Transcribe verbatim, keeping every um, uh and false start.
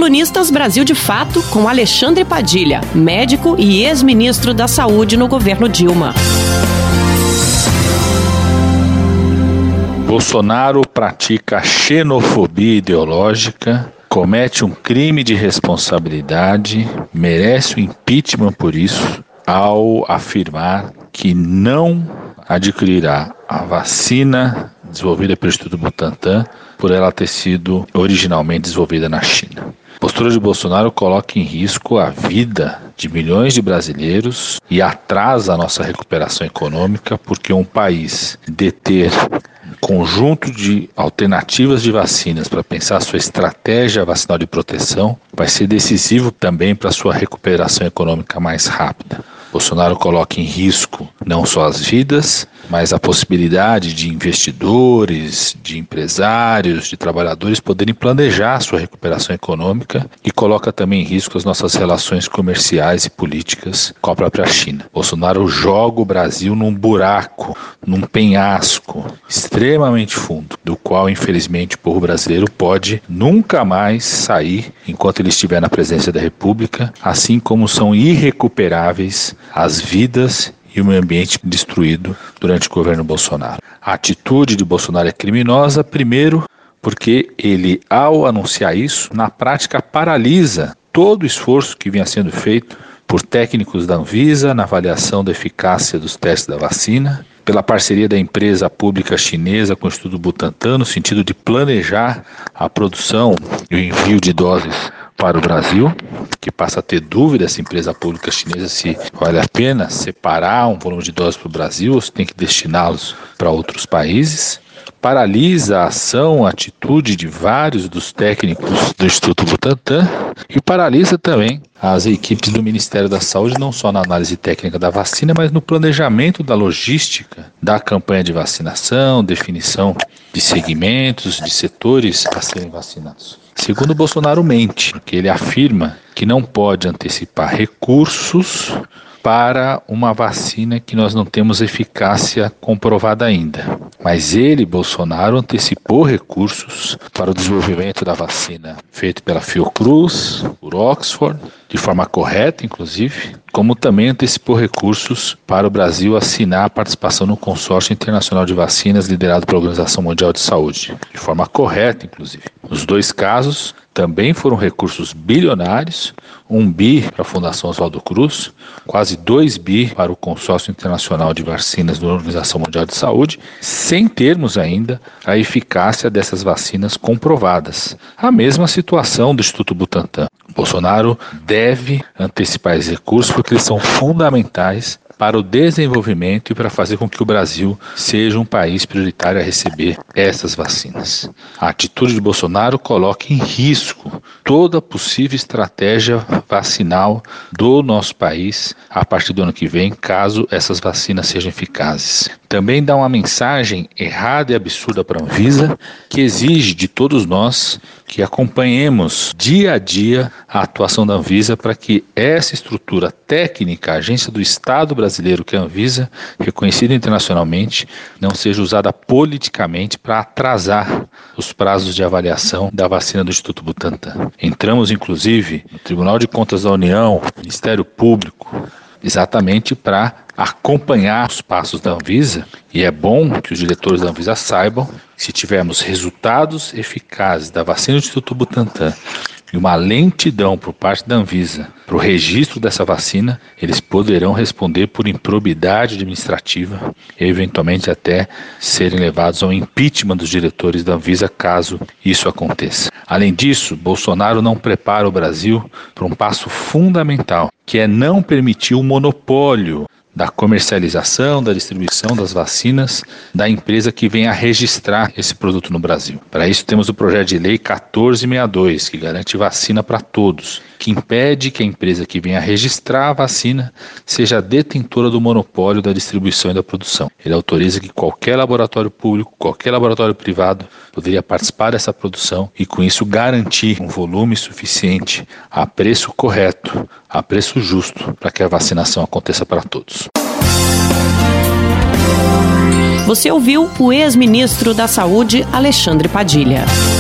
Colunistas Brasil de Fato com Alexandre Padilha, médico e ex-ministro da Saúde no governo Dilma. Bolsonaro pratica xenofobia ideológica, comete um crime de responsabilidade, merece o impeachment por isso, ao afirmar que não adquirirá a vacina desenvolvida pelo Instituto Butantan por ela ter sido originalmente desenvolvida na China. A postura de Bolsonaro coloca em risco a vida de milhões de brasileiros e atrasa a nossa recuperação econômica, porque um país deter conjunto de alternativas de vacinas para pensar a sua estratégia vacinal de proteção vai ser decisivo também para a sua recuperação econômica mais rápida. Bolsonaro coloca em risco não só as vidas, mas a possibilidade de investidores, de empresários, de trabalhadores poderem planejar a sua recuperação econômica e coloca também em risco as nossas relações comerciais e políticas com a própria China. Bolsonaro joga o Brasil num buraco, num penhasco extremamente fundo, do qual infelizmente o povo brasileiro pode nunca mais sair enquanto ele estiver na presidência da República, assim como são irrecuperáveis as vidas e o meio ambiente destruído durante o governo Bolsonaro. A atitude de Bolsonaro é criminosa, primeiro, porque ele, ao anunciar isso, na prática paralisa todo o esforço que vinha sendo feito por técnicos da Anvisa na avaliação da eficácia dos testes da vacina, pela parceria da empresa pública chinesa com o Instituto Butantan, no sentido de planejar a produção e o envio de doses para o Brasil, que passa a ter dúvida essa empresa pública chinesa se vale a pena separar um volume de doses para o Brasil ou se tem que destiná-los para outros países. Paralisa a ação, a atitude de vários dos técnicos do Instituto Butantan e paralisa também as equipes do Ministério da Saúde, não só na análise técnica da vacina, mas no planejamento da logística da campanha de vacinação, definição de segmentos, de setores a serem vacinados. Segundo Bolsonaro mente, porque ele afirma que não pode antecipar recursos para uma vacina que nós não temos eficácia comprovada ainda. Mas ele, Bolsonaro, antecipou recursos para o desenvolvimento da vacina feito pela Fiocruz, por Oxford, de forma correta, inclusive, como também antecipou recursos para o Brasil assinar a participação no consórcio internacional de vacinas liderado pela Organização Mundial de Saúde, de forma correta, inclusive. Nos dois casos, também foram recursos bilionários, um bi para a Fundação Oswaldo Cruz, quase dois bi para o consórcio internacional de vacinas da Organização Mundial de Saúde, sem termos ainda a eficácia dessas vacinas comprovadas. A mesma situação do Instituto Butantan. Bolsonaro deve antecipar esses recursos porque eles são fundamentais para o desenvolvimento e para fazer com que o Brasil seja um país prioritário a receber essas vacinas. A atitude de Bolsonaro coloca em risco toda a possível estratégia vacinal do nosso país a partir do ano que vem, caso essas vacinas sejam eficazes. Também dá uma mensagem errada e absurda para a Anvisa, que exige de todos nós que acompanhemos dia a dia a atuação da Anvisa para que essa estrutura técnica, a agência do Estado brasileiro que é a Anvisa, reconhecida internacionalmente, não seja usada politicamente para atrasar os prazos de avaliação da vacina do Instituto Butantan. Entramos, inclusive, no Tribunal de Contas da União, Ministério Público, exatamente para acompanhar os passos da Anvisa, e é bom que os diretores da Anvisa saibam que se tivermos resultados eficazes da vacina do Instituto Butantan e uma lentidão por parte da Anvisa para o registro dessa vacina, eles poderão responder por improbidade administrativa e eventualmente até serem levados ao impeachment dos diretores da Anvisa caso isso aconteça. Além disso, Bolsonaro não prepara o Brasil para um passo fundamental, que é não permitir o monopólio da comercialização, da distribuição das vacinas da empresa que venha a registrar esse produto no Brasil. Para isso temos o projeto de lei quatorze sessenta e dois, que garante vacina para todos, que impede que a empresa que venha a registrar a vacina seja detentora do monopólio da distribuição e da produção. Ele autoriza que qualquer laboratório público, qualquer laboratório privado poderia participar dessa produção e com isso garantir um volume suficiente a preço correto, a preço justo, para que a vacinação aconteça para todos. Você ouviu o ex-ministro da Saúde, Alexandre Padilha.